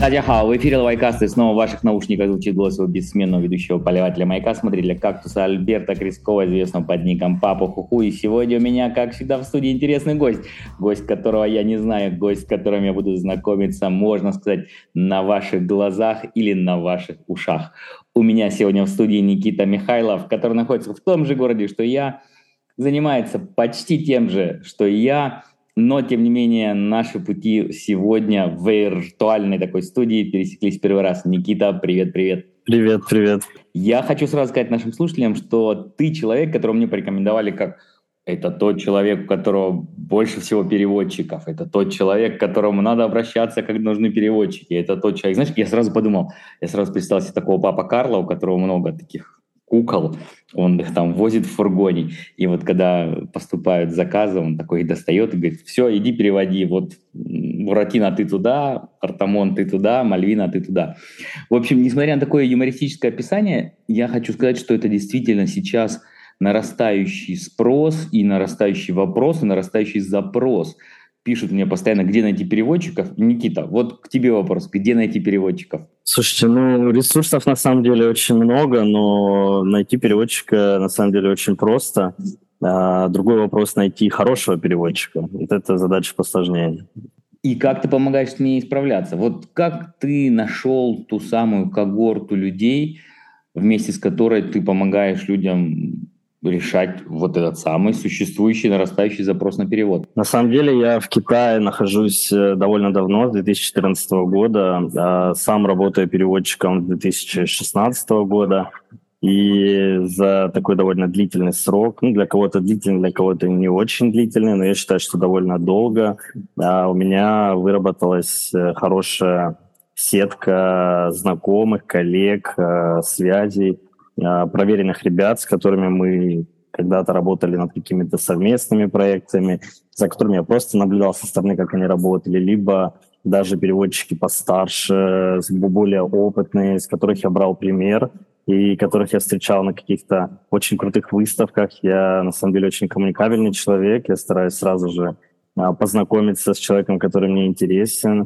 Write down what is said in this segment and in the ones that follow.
Тадяхао, в эфире Лайкаст, и снова в ваших наушниках звучит голос его бессменного ведущего поливателя маяка, смотрителя кактуса Альберта Крискова, известного под ником Папа Хуху. И сегодня у меня, как всегда, в студии интересный гость. Гость, которого я не знаю, гость, с которым я буду знакомиться, можно сказать, на ваших глазах или на ваших ушах. У меня сегодня в студии Никита Михайлов, который находится в том же городе, что и я, занимается почти тем же, что и я. Но, тем не менее, наши пути сегодня в виртуальной такой студии пересеклись в первый раз. Никита, привет-привет. Привет. Я хочу сразу сказать нашим слушателям, что ты человек, которого мне порекомендовали как это тот человек, у которого больше всего переводчиков, это тот человек, к которому надо обращаться, когда нужны переводчики, это тот человек. Знаешь, я сразу представил себе такого папа Карла, у которого много таких кукол, он их там возит в фургоне, и вот когда поступают заказы, он такой их достает и говорит: все, иди переводи, вот Буратино ты туда, Артамон ты туда, Мальвина ты туда. В общем, несмотря на такое юмористическое описание, я хочу сказать, что это действительно сейчас нарастающий спрос и нарастающий вопрос, и нарастающий запрос. Пишут мне постоянно, где найти переводчиков. Никита, вот к тебе вопрос, где найти переводчиков? Слушайте, ресурсов на самом деле очень много, но найти переводчика на самом деле очень просто. Другой вопрос — найти хорошего переводчика. Вот это задача посложнее. И как ты помогаешь с ней справляться? Вот как ты нашел ту самую когорту людей, вместе с которой ты помогаешь людям решать вот этот самый существующий нарастающий запрос на перевод? На самом деле я в Китае нахожусь довольно давно, с 2014 года. Сам работаю переводчиком с 2016 года. И за такой довольно длительный срок, для кого-то длительный, для кого-то не очень длительный, но я считаю, что довольно долго, у меня выработалась хорошая сетка знакомых, коллег, связей, проверенных ребят, с которыми мы когда-то работали над какими-то совместными проектами, за которыми я просто наблюдал со стороны, как они работали, либо даже переводчики постарше, более опытные, с которых я брал пример, и которых я встречал на каких-то очень крутых выставках. Я, на самом деле, очень коммуникабельный человек. Я стараюсь сразу же познакомиться с человеком, который мне интересен.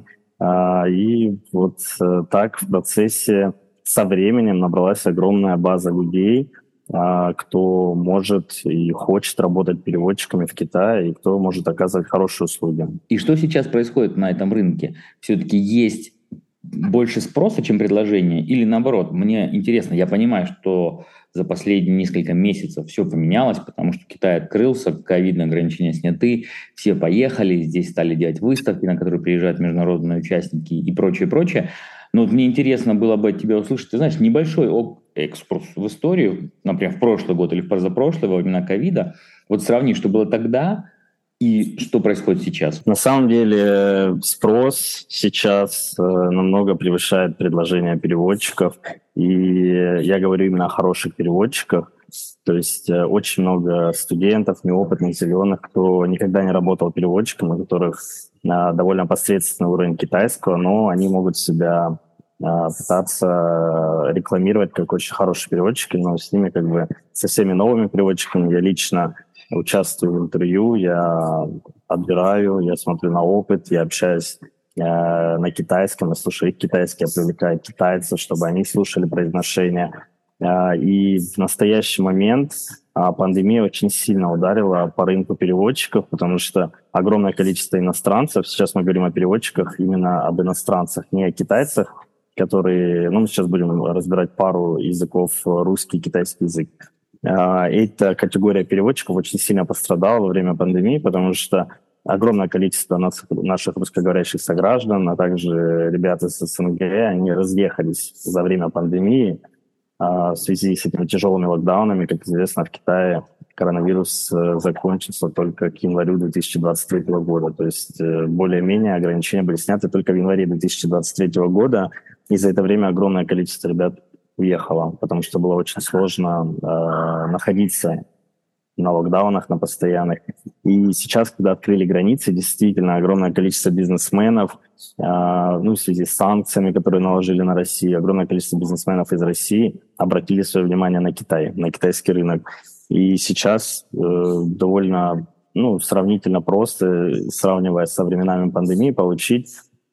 И вот так в процессе со временем набралась огромная база людей, кто может и хочет работать переводчиками в Китае, и кто может оказывать хорошие услуги. И что сейчас происходит на этом рынке? Все-таки есть больше спроса, чем предложения, или наоборот? Мне интересно, я понимаю, что за последние несколько месяцев все поменялось, потому что Китай открылся, ковидные ограничения сняты, все поехали, здесь стали делать выставки, на которые приезжают международные участники и прочее. Но вот мне интересно было бы от тебя услышать, ты знаешь, небольшой экскурс в историю, например, в прошлый год или в позапрошлый, во времена ковида, вот сравни, что было тогда и что происходит сейчас. На самом деле спрос сейчас намного превышает предложение переводчиков, и я говорю именно о хороших переводчиках. То есть очень много студентов, неопытных, зеленых, кто никогда не работал переводчиком, у которых довольно посредственный уровень китайского, но они могут себя пытаться рекламировать как очень хорошие переводчики, но с ними со всеми новыми переводчиками я лично участвую в интервью, я отбираю, я смотрю на опыт, я общаюсь на китайском, я слушаю их китайский, я привлекаю китайцев, чтобы они слушали произношение. И в настоящий момент пандемия очень сильно ударила по рынку переводчиков, потому что огромное количество иностранцев, сейчас мы говорим о переводчиках, именно об иностранцах, не о китайцах, которые, мы сейчас будем разбирать пару языков, русский и китайский язык. Эта категория переводчиков очень сильно пострадала во время пандемии, потому что огромное количество наших русскоговорящих сограждан, а также ребята из СНГ, они разъехались за время пандемии в связи с этими тяжелыми локдаунами. Как известно, в Китае коронавирус закончился только к январю 2023 года. То есть более-менее ограничения были сняты только в январе 2023 года. И за это время огромное количество ребят уехало, потому что было очень сложно находиться на локдаунах, на постоянных. И сейчас, когда открыли границы, действительно огромное количество бизнесменов, в связи с санкциями, которые наложили на Россию, огромное количество бизнесменов из России обратили свое внимание на Китай, на китайский рынок. И сейчас довольно, сравнительно просто, сравнивая со временами пандемии, получить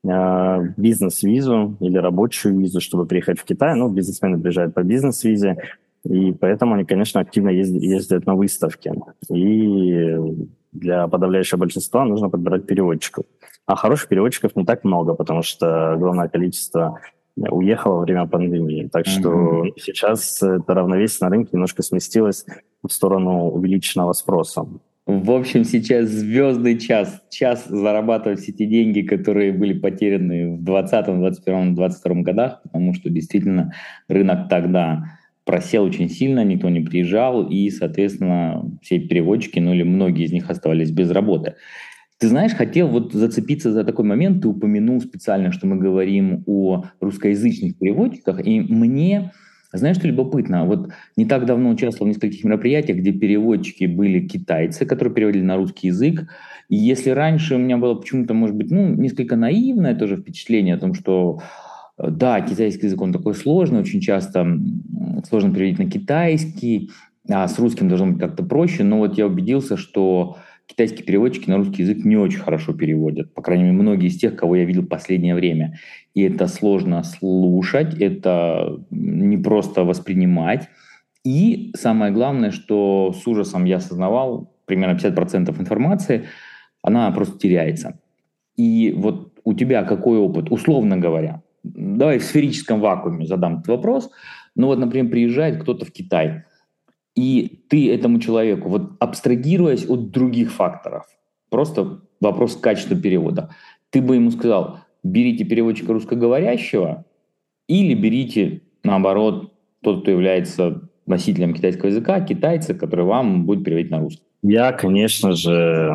бизнес-визу или рабочую визу, чтобы приехать в Китай. Ну, бизнесмены приезжают по бизнес-визе, и поэтому они, конечно, активно ездят на выставки. И для подавляющего большинства нужно подбирать переводчиков. А хороших переводчиков не так много, потому что огромное количество уехало во время пандемии. Так что сейчас это равновесие на рынке немножко сместилось в сторону увеличенного спроса. В общем, сейчас звездный час зарабатывать все те деньги, которые были потеряны в 2020, 2021, 2022 годах, потому что действительно рынок тогда просел очень сильно, никто не приезжал, и, соответственно, все переводчики, ну или многие из них оставались без работы. Ты знаешь, хотел вот зацепиться за такой момент, ты упомянул специально, что мы говорим о русскоязычных переводчиках, и мне, знаешь, что любопытно, вот не так давно участвовал в нескольких мероприятиях, где переводчики были китайцы, которые переводили на русский язык, и если раньше у меня было почему-то, может быть, ну, несколько наивное тоже впечатление о том, что да, китайский язык, он такой сложный, очень часто сложно переводить на китайский, а с русским должно быть как-то проще, но вот я убедился, что китайские переводчики на русский язык не очень хорошо переводят. По крайней мере, многие из тех, кого я видел в последнее время. И это сложно слушать, это не просто воспринимать. И самое главное, что с ужасом я осознавал, примерно 50% информации, она просто теряется. И вот у тебя какой опыт, условно говоря? Давай в сферическом вакууме задам этот вопрос. Ну вот, например, приезжает кто-то в Китай, и ты этому человеку, вот абстрагируясь от других факторов, просто вопрос качества перевода, ты бы ему сказал, берите переводчика русскоговорящего или берите, наоборот, тот, кто является носителем китайского языка, китайца, который вам будет переводить на русский. Я, конечно же,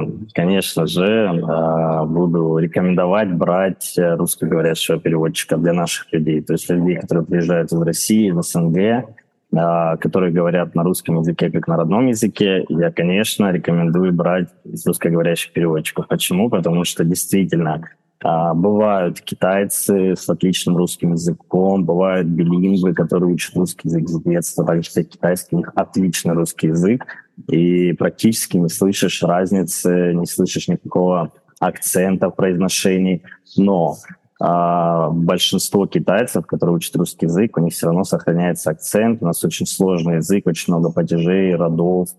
буду рекомендовать брать русскоговорящего переводчика для наших людей, то есть людей, которые приезжают из России, из СНГ, которые говорят на русском языке как на родном языке, я, конечно, рекомендую брать русскоговорящих переводчиков. Почему? Потому что действительно бывают китайцы с отличным русским языком, бывают билингвы, которые учат русский язык с детства, также китайский, у них отличный русский язык, и практически не слышишь разницы, не слышишь никакого акцента в произношении, но большинство китайцев, которые учат русский язык, у них все равно сохраняется акцент. У нас очень сложный язык, очень много падежей, родов.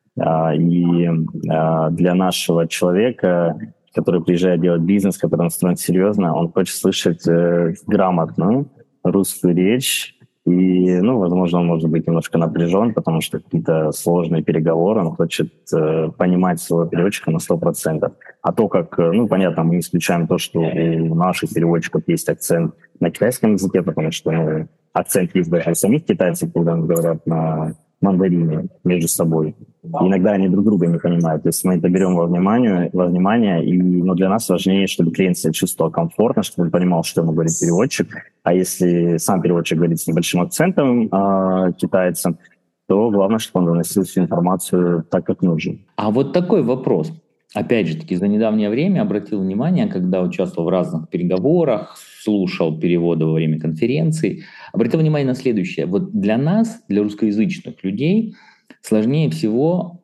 И для нашего человека, который приезжает делать бизнес, который настроен серьезно, он хочет слышать грамотную русскую речь. И, ну, возможно, он может быть немножко напряжен, потому что какие-то сложные переговоры, он хочет понимать своего переводчика на 100%. А то, как, ну, понятно, мы исключаем то, что у наших переводчиков есть акцент на китайском языке, потому что акцент есть даже у самих китайцев, когда они говорят на мандарине между собой. Иногда они друг друга не понимают. То есть мы это берем во внимание, и для нас важнее, чтобы клиент себя чувствовал комфортно, чтобы он понимал, что ему говорит переводчик. А если сам переводчик говорит с небольшим акцентом китайцам, то главное, чтобы он доносил всю информацию так, как нужно. А вот такой вопрос. Опять же таки, за недавнее время обратил внимание, когда участвовал в разных переговорах, слушал переводы во время конференций, обратил внимание на следующее. Вот для нас, для русскоязычных людей, сложнее всего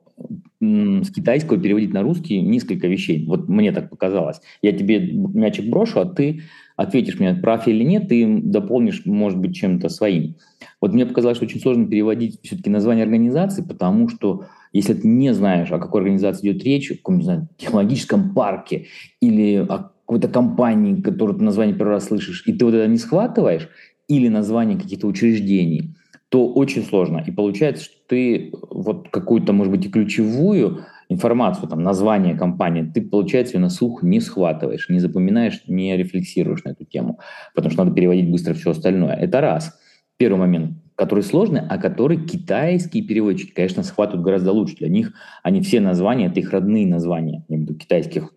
с китайского переводить на русский несколько вещей. Вот мне так показалось. Я тебе мячик брошу, а ты ответишь мне, прав или нет, ты дополнишь, может быть, чем-то своим. Вот мне показалось, что очень сложно переводить все-таки название организации, потому что если ты не знаешь, о какой организации идет речь, о каком, не знаю, технологическом парке или о какой-то компании, которую ты название первый раз слышишь, и ты вот это не схватываешь, или название каких-то учреждений, то очень сложно. И получается, что ты вот какую-то, может быть, и ключевую информацию, там, название компании, ты, получается, ее на слух не схватываешь, не запоминаешь, не рефлексируешь на эту тему, потому что надо переводить быстро все остальное. Это раз. Первый момент, который сложный, а который китайские переводчики, конечно, схватывают гораздо лучше. Для них они все названия, это их родные названия, я имею в виду китайских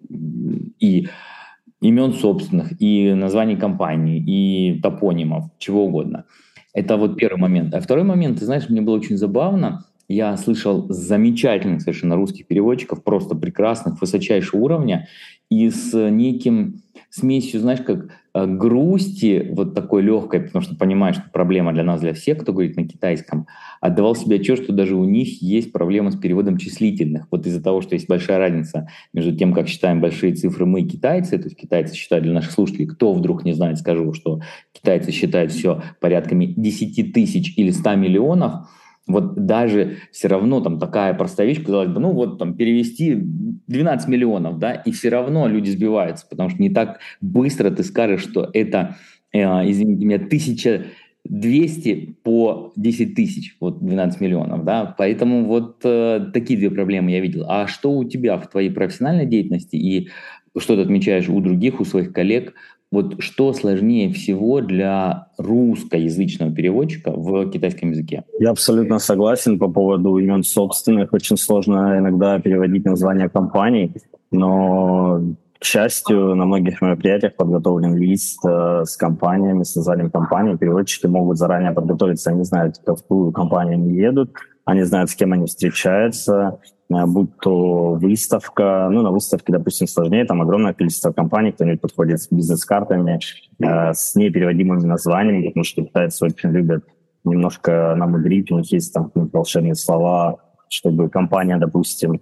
и имен собственных, и названий компаний, и топонимов, чего угодно. Это вот первый момент. А второй момент, ты знаешь, мне было очень забавно. Я слышал замечательных совершенно русских переводчиков, просто прекрасных, высочайшего уровня, и с смесью, знаешь, как грусти, вот такой легкой, потому что понимаешь, что проблема для нас, для всех, кто говорит на китайском, отдавал себе отчет, что даже у них есть проблема с переводом числительных. Вот из-за того, что есть большая разница между тем, как считаем большие цифры мы, китайцы, то есть китайцы считают, для наших слушателей, кто вдруг не знает, скажу, что китайцы считают все порядками 10 тысяч или 100 миллионов, вот даже все равно там такая простая вещь, казалось бы, ну вот там перевести 12 миллионов, да, и все равно люди сбиваются, потому что не так быстро ты скажешь, что это, извините меня, 1200 по 10 тысяч, вот 12 миллионов, да, поэтому вот такие две проблемы я видел. А что у тебя в твоей профессиональной деятельности и что ты отмечаешь у других, у своих коллег, вот что сложнее всего для русскоязычного переводчика в китайском языке? Я абсолютно согласен по поводу имен собственных. Очень сложно иногда переводить названия компаний, но, к счастью, на многих мероприятиях подготовлен лист с компаниями, с названием компании. Переводчики могут заранее подготовиться, они знают, в какую компанию они едут, они знают, с кем они встречаются, будь то выставка. Ну, на выставке, допустим, сложнее, там огромное количество компаний, кто-нибудь подходит с бизнес-картами, с непереводимыми названиями, потому что китайцы очень любят немножко намудрить, у них есть там волшебные слова, чтобы компания, допустим,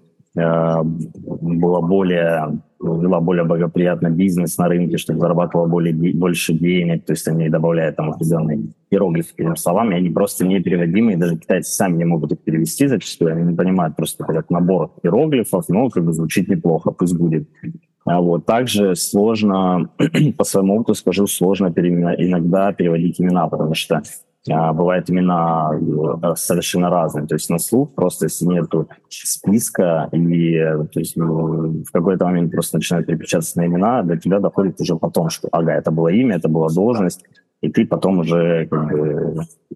вела более благоприятный бизнес на рынке, чтобы зарабатывала больше денег, то есть они добавляют там определенные иероглифы к этим словам, и они просто непереводимые, даже китайцы сами не могут их перевести зачастую, они не понимают просто как набор иероглифов, но как бы звучит неплохо, пусть будет. Вот. Также сложно, по своему опыту скажу, сложно иногда переводить имена, потому что бывают имена совершенно разные. То есть на слух просто, если нету списка, и то есть, в какой-то момент просто начинают переключаться на имена, до тебя доходит уже потом, что ага, это было имя, это была должность, и ты потом уже как бы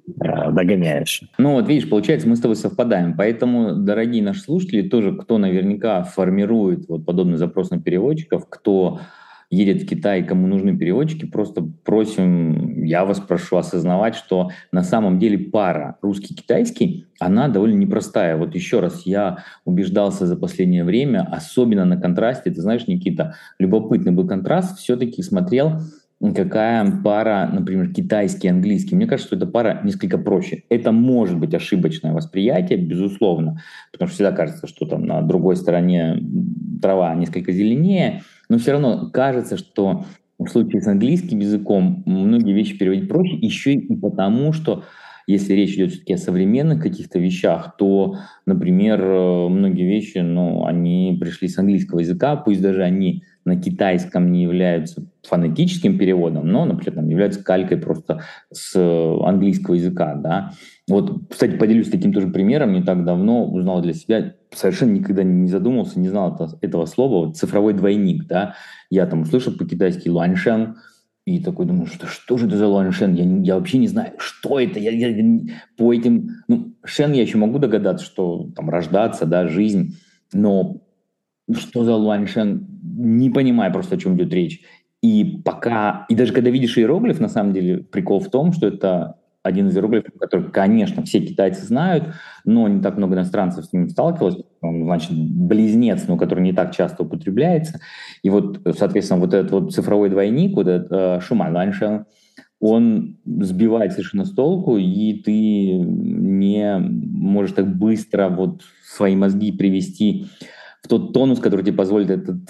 догоняешь. Ну вот видишь, получается, мы с тобой совпадаем. Поэтому, дорогие наши слушатели, тоже, кто наверняка формирует вот подобный запрос на переводчиков, кто едет в Китай, кому нужны переводчики, просто просим, я вас прошу осознавать, что на самом деле пара русский-китайский, она довольно непростая. Вот еще раз я убеждался за последнее время, особенно на контрасте, ты знаешь, Никита, любопытный был контраст, все-таки смотрел, какая пара, например, китайский и английский. Мне кажется, что эта пара несколько проще. Это может быть ошибочное восприятие, безусловно, потому что всегда кажется, что там на другой стороне трава несколько зеленее, но все равно кажется, что в случае с английским языком многие вещи переводить проще, еще и потому, что если речь идет все-таки о современных каких-то вещах, то, например, многие вещи, ну, они пришли с английского языка, пусть даже они на китайском не являются фонетическим переводом, но, например, там, являются калькой просто с английского языка, да. Вот, кстати, поделюсь таким тоже примером. Не так давно узнал для себя, совершенно никогда не задумывался, не знал этого слова, вот, цифровой двойник, да. Я там услышал по-китайски «луаншен», и такой думаю, что же это за луаншен? Я вообще не знаю, что это. Я по этим... Ну, шен я еще могу догадаться, что там рождаться, да, жизнь, но что за луаншен? Не понимаю просто, о чем идет речь. И пока... И даже когда видишь иероглиф, на самом деле, прикол в том, что это один из иероглифов, который, конечно, все китайцы знают, но не так много иностранцев с ним сталкивалось. Он, значит, близнец, но который не так часто употребляется. И вот, соответственно, вот этот вот цифровой двойник, вот этот шуман ланшен, он сбивает совершенно с толку, и ты не можешь так быстро вот свои мозги привести в тот тонус, который тебе позволит этот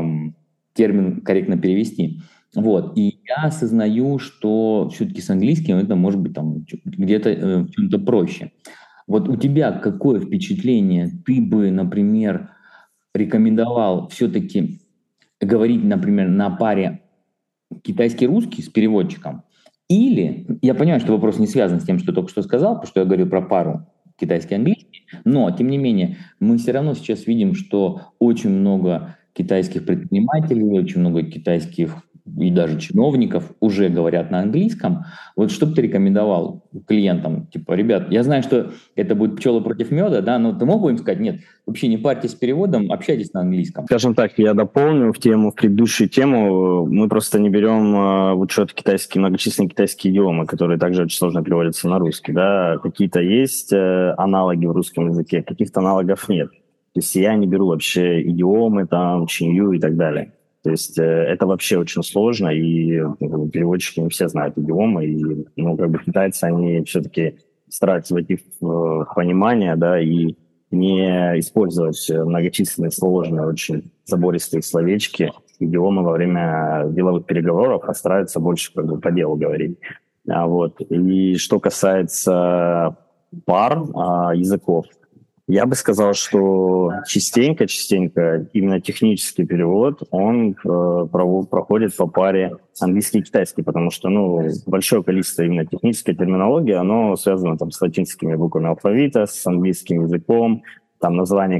термин корректно перевести. Вот. И я осознаю, что все-таки с английским это может быть там где-то в чем-то проще. Вот у тебя какое впечатление ты бы, например, рекомендовал все-таки говорить, например, на паре китайский-русский с переводчиком? Или, я понимаю, что вопрос не связан с тем, что только что сказал, потому что я говорю про пару китайский-английский, но, тем не менее, мы все равно сейчас видим, что очень много китайских предпринимателей, очень много китайских и даже чиновников уже говорят на английском. Вот что бы ты рекомендовал клиентам? Типа, ребят, я знаю, что это будет пчелы против меда, да, но ты мог бы им сказать, нет, вообще не парьтесь с переводом, общайтесь на английском. Скажем так, я дополню в предыдущую тему. Мы просто не берем в учет многочисленные китайские идиомы, которые также очень сложно переводятся на русский. Да? Какие-то есть аналоги в русском языке, каких-то аналогов нет. То есть я не беру вообще идиомы, там, чинью и так далее. То есть это вообще очень сложно, и переводчики не все знают идиомы, и китайцы, они все-таки стараются войти в понимание, да, и не использовать многочисленные сложные, очень забористые словечки, идиомы во время деловых переговоров, а стараются больше по делу говорить. Вот. И что касается пар языков, я бы сказал, что частенько именно технический перевод, он проходит по паре английский и китайский, потому что большое количество именно технической терминологии, оно связано с латинскими буквами алфавита, с английским языком, название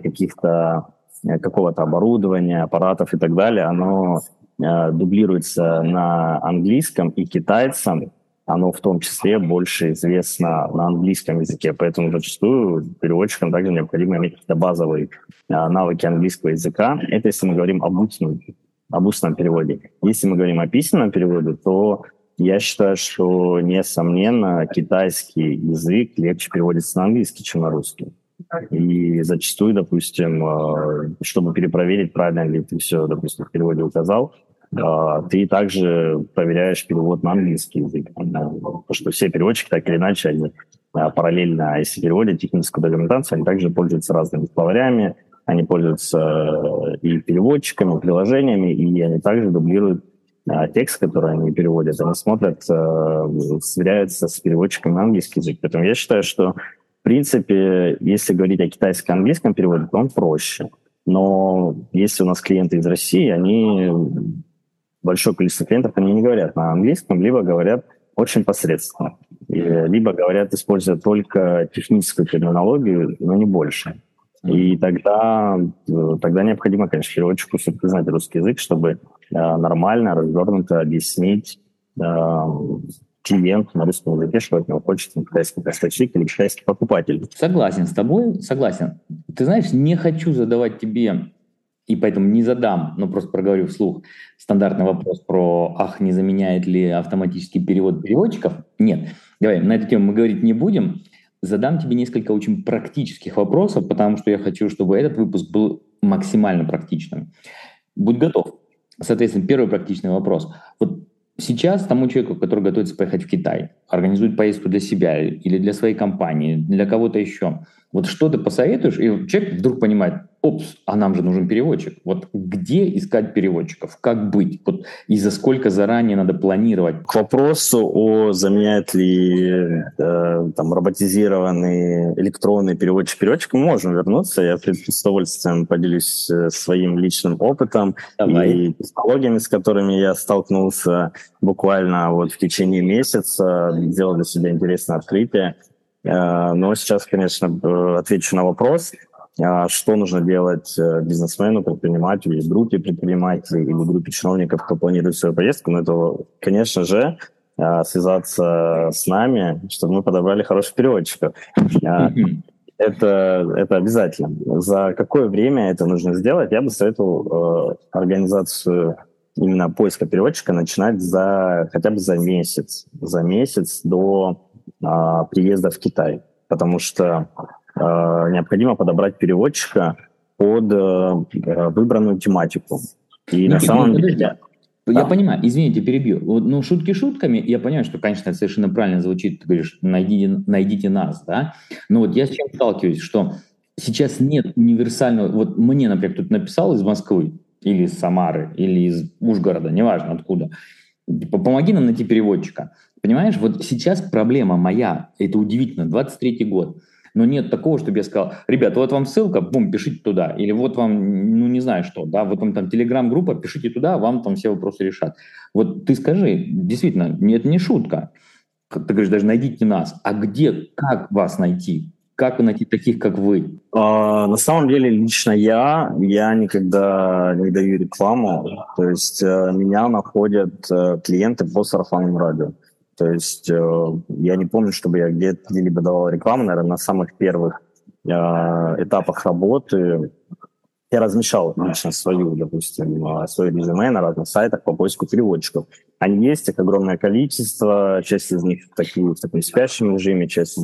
какого-то оборудования, аппаратов и так далее, оно дублируется на английском, и китайцам оно в том числе больше известно на английском языке, поэтому зачастую переводчикам также необходимо иметь какие-то базовые навыки английского языка. Это если мы говорим об устном переводе. Если мы говорим о письменном переводе, то я считаю, что, несомненно, китайский язык легче переводится на английский, чем на русский. И зачастую, допустим, чтобы перепроверить, правильно ли ты все, допустим, в переводе указал, ты также проверяешь перевод на английский язык. Потому что все переводчики, так или иначе, они параллельно, если переводят техническую документацию, они также пользуются разными словарями, они пользуются и переводчиками, и приложениями, и они также дублируют текст, который они переводят. Они смотрят, сверяются с переводчиком на английский язык. Поэтому я считаю, что, в принципе, если говорить о китайско-английском переводе, то он проще. Но если у нас клиенты из России, большое количество клиентов, они не говорят на английском, либо говорят очень посредственно. Либо говорят, используя только техническую терминологию, но не больше. И тогда необходимо, конечно, переводчику все-таки знать русский язык, чтобы нормально, развернуто объяснить клиенту на русском языке, что от него хочет китайский поставщик или китайский покупатель. Согласен с тобой, согласен. Ты знаешь, не хочу задавать тебе, и поэтому не задам, но просто проговорю вслух стандартный вопрос про не заменяет ли автоматический перевод переводчиков? Нет. Давай, на эту тему мы говорить не будем. Задам тебе несколько очень практических вопросов, потому что я хочу, чтобы этот выпуск был максимально практичным. Будь готов. Соответственно, первый практичный вопрос. Вот сейчас тому человеку, который готовится поехать в Китай, организует поездку для себя или для своей компании, для кого-то еще, вот что ты посоветуешь, и человек вдруг понимает, а нам же нужен переводчик. Вот где искать переводчиков? Как быть? Вот и за сколько заранее надо планировать? К вопросу заменяет ли роботизированный электронный переводчик переводчик, мы можем вернуться. Я с удовольствием поделюсь своим личным опытом. Давай. И технологиями, с которыми я столкнулся буквально в течение месяца, сделал для себя интересное открытие. Но сейчас, конечно, отвечу на вопрос, что нужно делать бизнесмену, предпринимателю, или группе предпринимателей, или группе чиновников, кто планирует свою поездку. Но это, конечно же, связаться с нами, чтобы мы подобрали хороших переводчиков. Это обязательно. За какое время это нужно сделать? Я бы советовал организацию именно поиска переводчика начинать хотя бы за месяц. За месяц до приезда в Китай. Потому что необходимо подобрать переводчика под выбранную тематику. И на самом деле... Я понимаю, извините, перебью. Шутки шутками, я понимаю, что, конечно, это совершенно правильно звучит, ты говоришь, найдите нас, да? Но я с чем сталкиваюсь, что сейчас нет универсального... Мне, например, кто-то написал из Москвы, или из Самары, или из Ужгорода, неважно откуда, помоги нам найти переводчика. Понимаешь, сейчас проблема моя, это удивительно, 23-й год, но нет такого, чтобы я сказал, ребят, вот вам ссылка, бум, пишите туда, или вот вам, не знаю что, да, вот вам телеграм-группа, пишите туда, вам там все вопросы решат. Ты скажи, действительно, это не шутка, как ты говоришь, даже найдите нас, а где, как вас найти? Как найти таких, как вы? На самом деле, лично я никогда не даю рекламу. То есть меня находят клиенты по сарафанному радио. То есть я не помню, чтобы я где-либо давал рекламу. Наверное, на самых первых этапах работы я размещал лично свое резюме на разных сайтах по поиску переводчиков. Они есть, их огромное количество. Часть из них в таком спящем режиме, часть из них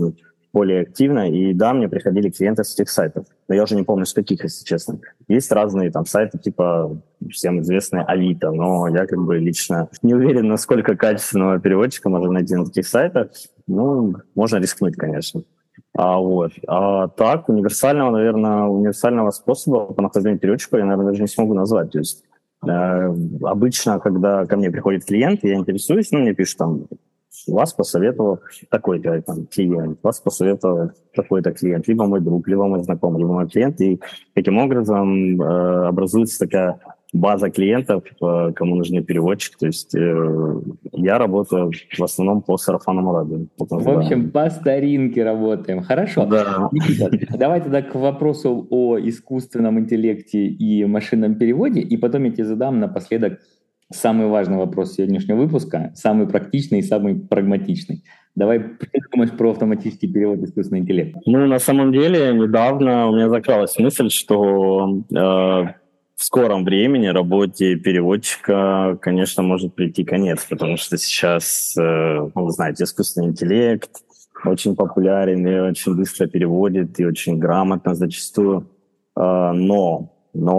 более активно. И да, мне приходили клиенты с этих сайтов. Но я уже не помню, с каких, если честно. Есть разные там сайты, типа всем известные Авито, но я как бы лично не уверен, насколько качественного переводчика можно найти на таких сайтах. Ну, можно рискнуть, конечно. А так, универсального способа по нахождению переводчика я, наверное, даже не смогу назвать. То есть обычно, когда ко мне приходит клиент, я интересуюсь, мне пишут там, вас посоветовал такой-то там, клиент, вас посоветовал такой-то клиент, либо мой друг, либо мой знакомый, либо мой клиент. И таким образом образуется такая база клиентов, кому нужны переводчики. То есть я работаю в основном по сарафанному радио. В общем, по старинке работаем. Хорошо. Да. Никита, давай тогда к вопросу о искусственном интеллекте и машинном переводе, и потом я тебе задам напоследок самый важный вопрос сегодняшнего выпуска, самый практичный и самый прагматичный. Давай, что ты думаешь про автоматический перевод искусственного интеллекта? Ну, на самом деле, недавно у меня закралась мысль, что в скором времени работе переводчика, конечно, может прийти конец, потому что сейчас, вы знаете, искусственный интеллект очень популярен и очень быстро переводит, и очень грамотно зачастую. Но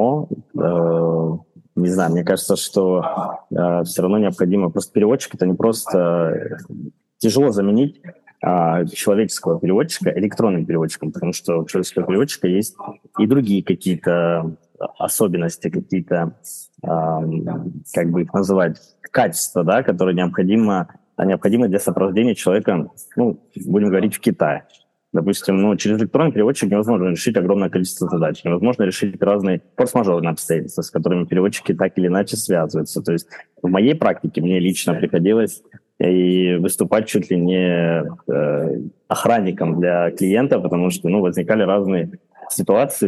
не знаю, мне кажется, что все равно необходимо... Просто переводчик — это не просто... Тяжело заменить человеческого переводчика электронным переводчиком, потому что у человеческого переводчика есть и другие какие-то особенности, какие-то, как бы их называть, качества, да, которые необходимы для сопровождения человека, будем говорить, в Китае. Допустим, через электронный переводчик невозможно решить огромное количество задач, невозможно решить разные форс-мажорные обстоятельства, с которыми переводчики так или иначе связываются. То есть в моей практике мне лично приходилось и выступать чуть ли не охранником для клиента, потому что возникали разные ситуации,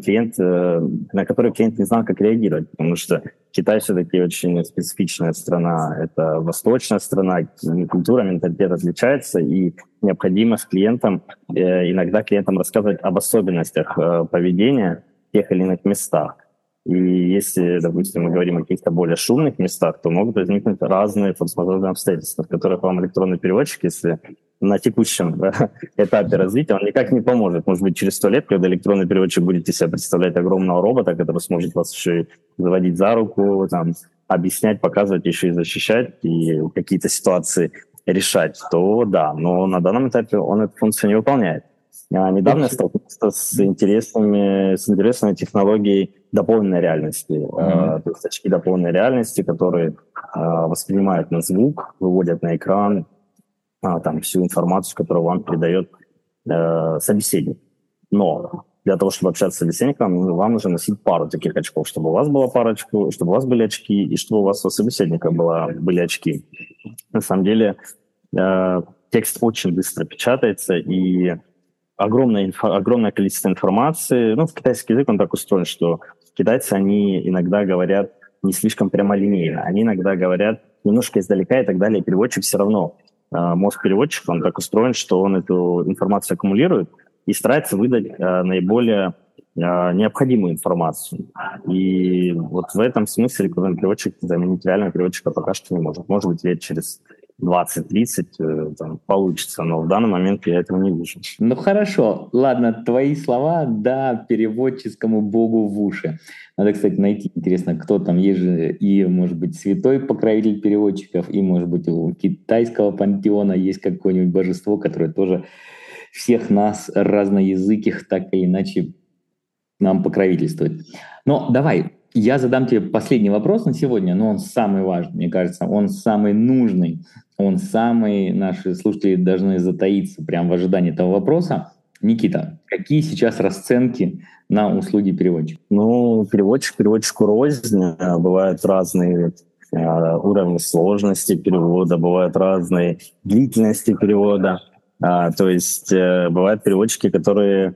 на которые клиент не знал, как реагировать, потому что Китай все-таки очень специфичная страна, это восточная страна, культура, менталитет отличается, и необходимо с клиентом, иногда клиентам рассказывать об особенностях поведения в тех или иных местах. И если, допустим, мы говорим о каких-то более шумных местах, то могут возникнуть разные форс-мажорные обстоятельства, в которых вам электронный переводчик, если на текущем этапе развития, он никак не поможет. Может быть, через 100 лет, когда электронный переводчик будет из себя представлять огромного робота, который сможет вас еще и заводить за руку, объяснять, показывать, еще и защищать, и какие-то ситуации решать, то да, но на данном этапе он эту функцию не выполняет. Недавно я столкнулся с интересной технологией дополненной реальности. То есть очки дополненной реальности, которые воспринимают на звук, выводят на экран всю информацию, которую вам передает собеседник. Но для того, чтобы общаться с собеседником, вам нужно носить пару таких очков, чтобы у вас была пара очков, чтобы у вас были очки, и чтобы у вас у собеседника были очки. На самом деле текст очень быстро печатается, и огромное количество информации. В китайский язык он так устроен, что китайцы, они иногда говорят не слишком прямолинейно. Они иногда говорят немножко издалека и так далее. Переводчик все равно, мозг переводчика, он так устроен, что он эту информацию аккумулирует и старается выдать наиболее необходимую информацию. И вот в этом смысле электронный переводчик заменить реального переводчика пока что не может. Может быть, лет через 20-30 получится, но в данный момент я этого не вижу. Ну хорошо, ладно, твои слова, да, переводческому богу в уши. Надо, кстати, найти, интересно, кто там есть же, и, может быть, святой покровитель переводчиков, и, может быть, у китайского пантеона есть какое-нибудь божество, которое тоже всех нас, разноязыких, так или иначе нам покровительствует. Но давай, я задам тебе последний вопрос на сегодня, но он самый важный, мне кажется, он самый нужный, наши слушатели должны затаиться прямо в ожидании этого вопроса. Никита, какие сейчас расценки на услуги переводчика? Переводчик переводчику рознь. Бывают разные уровни сложности перевода, бывают разные длительности перевода. То есть бывают переводчики, которые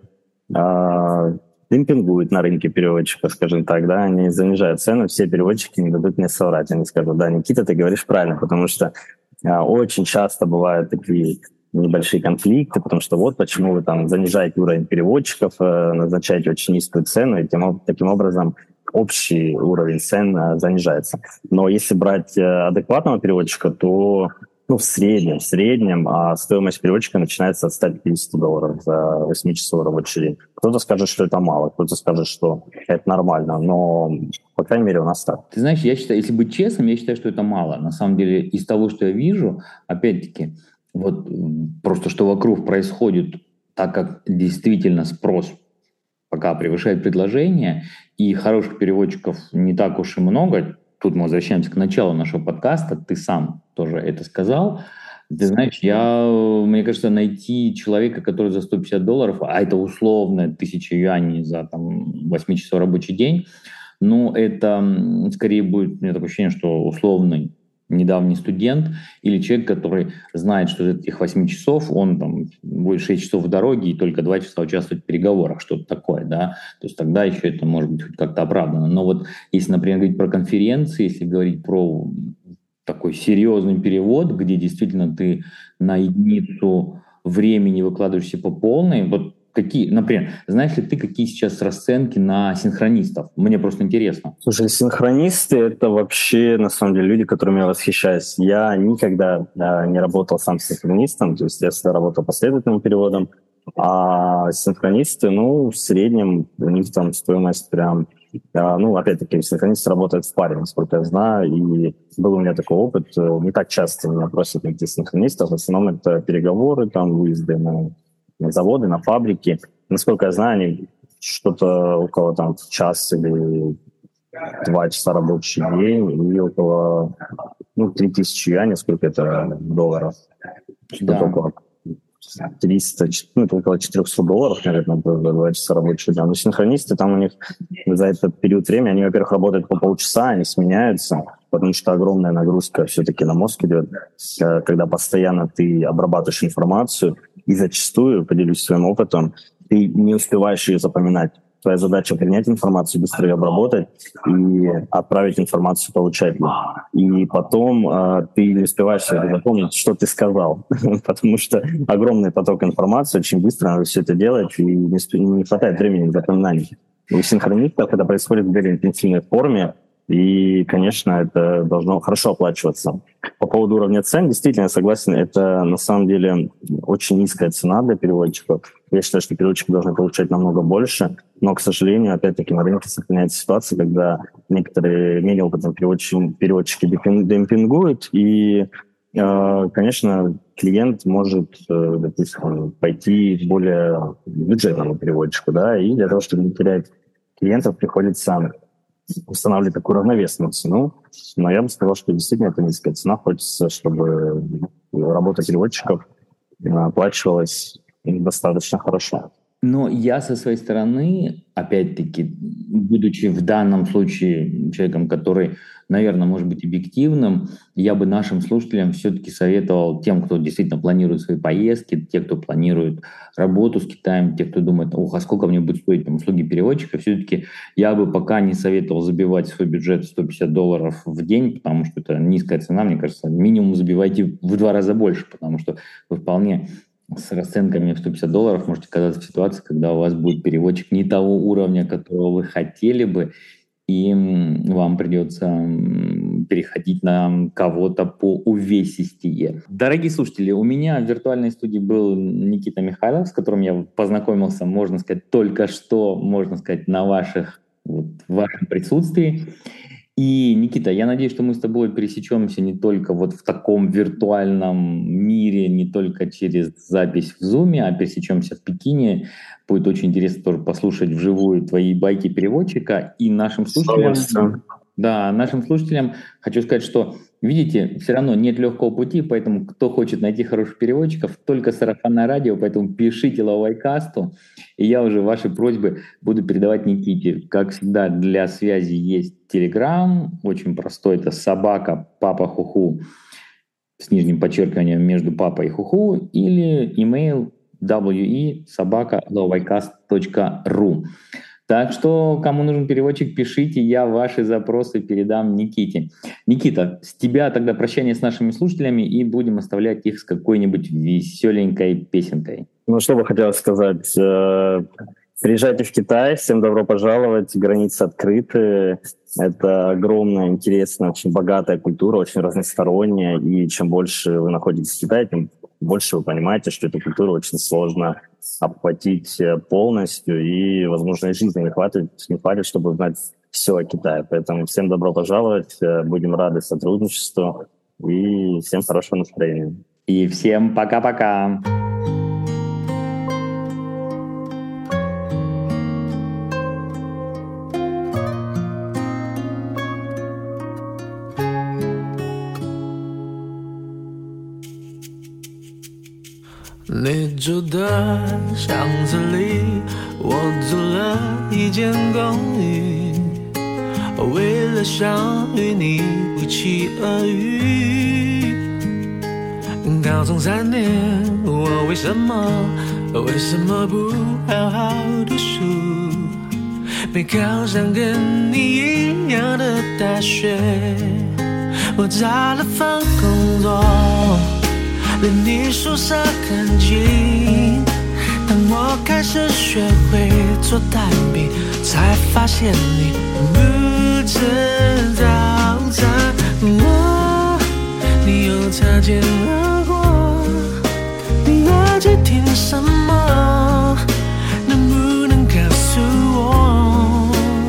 демпингуют на рынке переводчиков, скажем так, да, они занижают цену, все переводчики не дадут мне соврать, они скажут, да, Никита, ты говоришь правильно, потому что очень часто бывают такие небольшие конфликты, потому что вот почему вы занижаете уровень переводчиков, назначаете очень низкую цену, и таким образом общий уровень цен занижается. Но если брать адекватного переводчика, то в среднем, а стоимость переводчика начинается от $150 за 8-часовой рабочий день. Кто-то скажет, что это мало, кто-то скажет, что это нормально, но, по крайней мере, у нас так. Ты знаешь, я считаю, если быть честным, я считаю, что это мало. На самом деле, из того, что я вижу, опять-таки, вот просто что вокруг происходит, так как действительно спрос пока превышает предложение, и хороших переводчиков не так уж и много. Тут мы возвращаемся к началу нашего подкаста. Ты сам тоже это сказал. Ты знаешь, мне кажется, найти человека, который за $150, а это условно 1000 юаней за 8-часовой рабочий день, это скорее будет, у меня такое ощущение, что условный недавний студент или человек, который знает, что из этих 8 часов он будет 6 часов в дороге и только 2 часа участвовать в переговорах, что-то такое, да, то есть тогда еще это может быть хоть как-то оправдано. Но вот если, например, говорить про конференции, если говорить про такой серьезный перевод, где действительно ты на единицу времени выкладываешься по полной, вот какие, например, знаешь ли ты, какие сейчас расценки на синхронистов? Мне просто интересно. Слушай, синхронисты — это вообще, на самом деле, люди, которыми я восхищаюсь. Я никогда не работал сам синхронистом, то есть я всегда работал последовательным переводом, а синхронисты, в среднем у них там стоимость прям... опять-таки, синхронист работает в паре, насколько я знаю, и был у меня такой опыт. Не так часто меня просят найти синхронистов, в основном это переговоры, выезды на заводы, на фабрики. Насколько я знаю, они что-то около час или 2 часа рабочий день и около 3000 юаней, сколько это долларов? Что-то около 300, это около $400, наверное, за 2 часа рабочего дня. Но синхронисты, там у них за этот период времени, они, во-первых, работают по полчаса, они сменяются, потому что огромная нагрузка все-таки на мозг идет, когда постоянно ты обрабатываешь информацию, и зачастую, поделюсь своим опытом, ты не успеваешь ее запоминать. Твоя задача — принять информацию, быстро ее обработать и отправить информацию получателю. И потом ты не успеваешь запомнить, что ты сказал, потому что огромный поток информации, очень быстро надо все это делать, и не хватает времени для запоминания. У синхронистов это происходит в более интенсивной форме, и, конечно, это должно хорошо оплачиваться. По поводу уровня цен, действительно, я согласен, это на самом деле очень низкая цена для переводчиков. Я считаю, что переводчики должны получать намного больше, но, к сожалению, опять-таки на рынке сохраняется ситуация, когда некоторые менее опытные переводчики демпингуют, и, конечно, клиент может, допустим, пойти к более бюджетному переводчику, да, и для того, чтобы не терять клиентов, приходится устанавливать такую равновесную цену, но я бы сказал, что действительно это низкая цена. Хочется, чтобы работа переводчиков оплачивалась достаточно хорошо. Но я со своей стороны, опять-таки, будучи в данном случае человеком, который, наверное, может быть объективным, я бы нашим слушателям все-таки советовал, тем, кто действительно планирует свои поездки, те, кто планирует работу с Китаем, те, кто думает, а сколько мне будет стоить услуги переводчика, все-таки я бы пока не советовал забивать свой бюджет $150 в день, потому что это низкая цена, мне кажется, минимум забивайте в 2 раза больше, потому что вы вполне с расценками в $150 можете оказаться в ситуации, когда у вас будет переводчик не того уровня, которого вы хотели бы, и вам придется переходить на кого-то по увесистее. Дорогие слушатели, у меня в виртуальной студии был Никита Михайлов, с которым я познакомился, можно сказать, только что, можно сказать, в вашем присутствии. И, Никита, я надеюсь, что мы с тобой пересечемся не только в таком виртуальном мире, не только через запись в Zoom, а пересечемся в Пекине. Будет очень интересно тоже послушать вживую твои байки переводчика. И нашим слушателям хочу сказать, что, видите, все равно нет легкого пути, поэтому кто хочет найти хороших переводчиков, только сарафанное радио, поэтому пишите Лавайкасту, и я уже ваши просьбы буду передавать Никите. Как всегда, для связи есть Telegram, очень простой, это собака папа хуху с нижним подчеркиванием между папой и хуху, или email we@lowicast.ru. Так что, кому нужен переводчик, пишите, я ваши запросы передам Никите. Никита, с тебя тогда прощание с нашими слушателями, и будем оставлять их с какой-нибудь веселенькой песенкой. Что бы хотелось сказать? Приезжайте в Китай, всем добро пожаловать, границы открыты. Это огромная, интересная, очень богатая культура, очень разносторонняя. И чем больше вы находитесь в Китае, тем больше вы понимаете, что эту культуру очень сложно обхватить полностью. И, возможно, и жизни не хватит, чтобы узнать все о Китае. Поэтому всем добро пожаловать, будем рады сотрудничеству и всем хорошего настроения. И всем пока-пока. 你住的巷子里，我租了一间公寓，为了想与你不期而遇。高中3年，我为什么不好好读书？没考上跟你一样的大学，我找了份工作，连你宿舍很近。当我开始学会做蛋饼，才发现你不吃早餐。你又擦肩而过，你耳机听什么？能不能告诉我？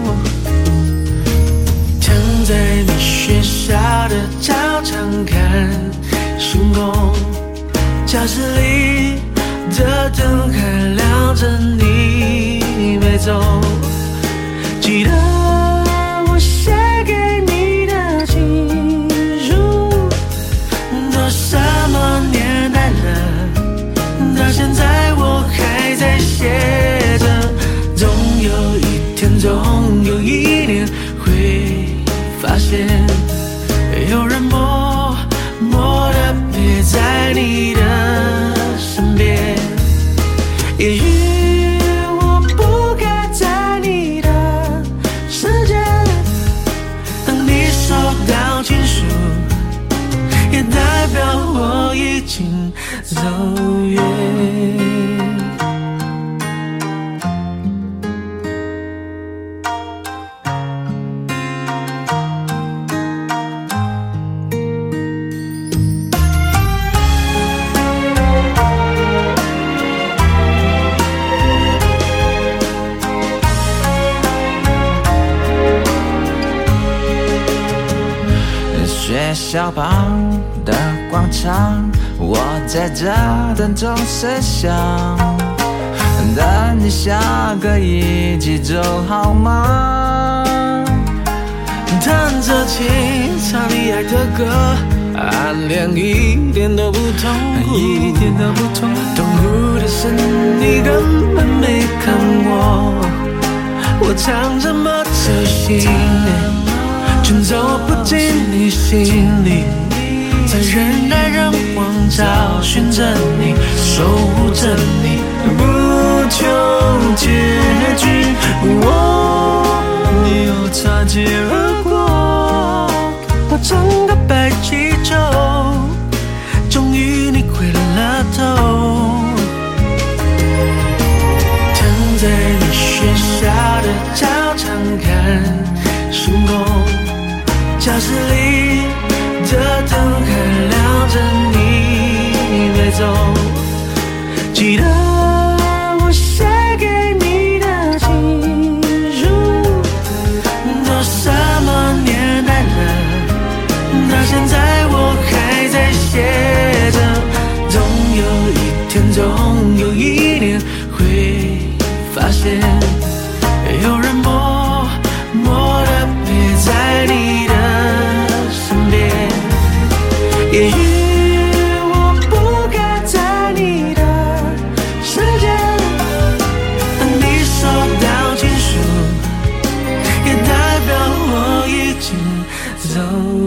躺在你学校的操场看星空，教室里的灯还亮着，你没走。记得我写给你的情书，都什么年代了，到现在我还在写着。总有一天，总有一年会发现，有人默默地陪在你的身边。也许我不该在你的世界，当你收到情书，也代表我已经走远。学校旁的广场，我在这等钟声响，等你下课一起走好吗？弹着琴，唱你爱的歌，暗恋一点都不痛苦，一点都不痛苦。痛苦的是你根本没看我，我唱这么走心，却走不进你心里，在人来人往找寻着你，守护着你，不求结局。你又擦肩而过，我整个白气球，终于你回了头。躺在你学校的操场看星空，教室里的灯还亮着，你没走。记得我写给你的情书，都什么年代了，到现在我还在写着。总有一天，总有一年会发现，有人默默地陪在你的身边。也许我不该在你的世界，当你收到情书，也代表我已经走